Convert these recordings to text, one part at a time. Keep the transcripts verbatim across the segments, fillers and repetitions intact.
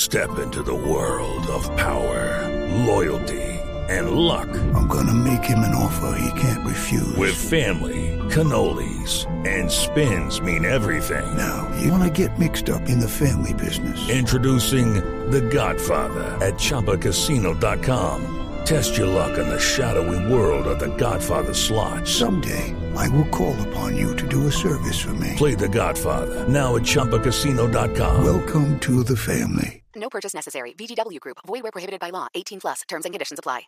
Step into the world of power, loyalty, and luck. I'm gonna make him an offer he can't refuse. With family, cannolis, and spins mean everything. Now, you wanna get mixed up in the family business. Introducing The Godfather at Chumba Casino dot com. Test your luck in the shadowy world of The Godfather slot. Someday, I will call upon you to do a service for me. Play The Godfather now at Chumba Casino dot com. Welcome to the family. No purchase necessary. V G W Group. Void where prohibited by law. eighteen plus. Terms and conditions apply.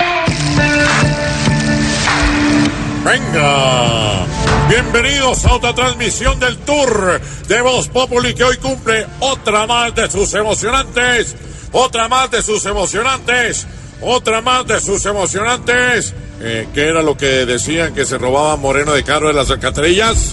Venga, bienvenidos a otra transmisión del Tour de Voz Populi, que hoy cumple otra más de sus emocionantes, otra más de sus emocionantes, otra más de sus emocionantes. Eh, ¿Qué era lo que decían que se robaba Moreno de Caro de las alcantarillas?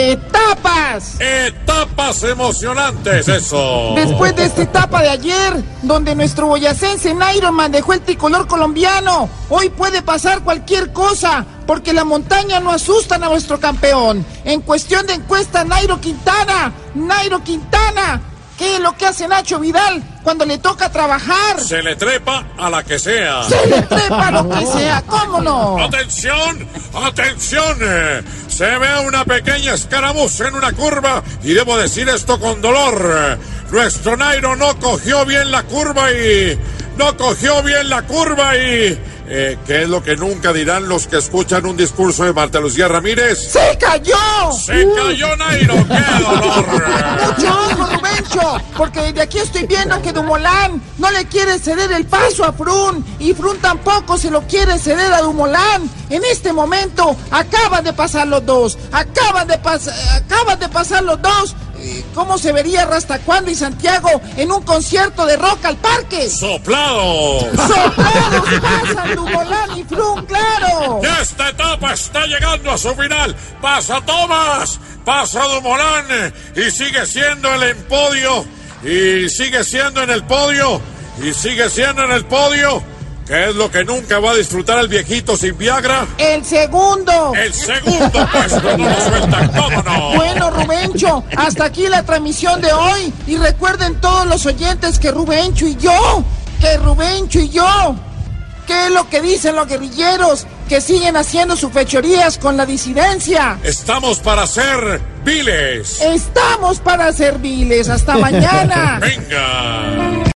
¡Etapas! ¡Etapas emocionantes, eso! Después de esta etapa de ayer, donde nuestro boyacense Nairoman dejó el tricolor colombiano, hoy puede pasar cualquier cosa, porque la montaña no asustan a nuestro campeón. En cuestión de encuesta, Nairo Quintana, Nairo Quintana, ¿qué es lo que hace Nacho Vidal cuando le toca trabajar? Se le trepa a la que sea. Se le trepa a lo que sea, ¿cómo no? ¡Atención! ¡Atención! Se ve una pequeña escaramuza en una curva, y debo decir esto con dolor. Nuestro Nairo no cogió bien la curva y... No cogió bien la curva y... Eh, ¿Qué es lo que nunca dirán los que escuchan un discurso de Marta Lucía Ramírez? ¡Se cayó! ¡Se cayó Nairo! ¡Qué dolor! Mucho ojo, Rubencho, porque desde aquí estoy viendo que Dumoulin no le quiere ceder el paso a Froome, y Froome tampoco se lo quiere ceder a Dumoulin. En este momento acaban de pasar los dos, acaban de, pas acaban de pasar los dos. ¿Cómo se vería Rastacuando y Santiago en un concierto de Rock al Parque? ¡Soplado! ¡Soplados pasan Dumoulin y Froome, claro! ¡Y esta etapa está llegando a su final! ¡Pasa Thomas! ¡Pasa Dumoulin! Y sigue siendo el en podio. Y sigue siendo en el podio. Y sigue siendo en el podio. ¿Qué es lo que nunca va a disfrutar el viejito sin Viagra? ¡El segundo! ¡El segundo puesto! ¡No lo sueltan! ¿Cómo no? Bueno, Rubencho, hasta aquí la transmisión de hoy. Y recuerden todos los oyentes que Rubencho y yo, que Rubencho y yo, ¿qué es lo que dicen los guerrilleros? Que siguen haciendo sus fechorías con la disidencia. Estamos para ser viles. Estamos para servirles. Hasta mañana. Venga.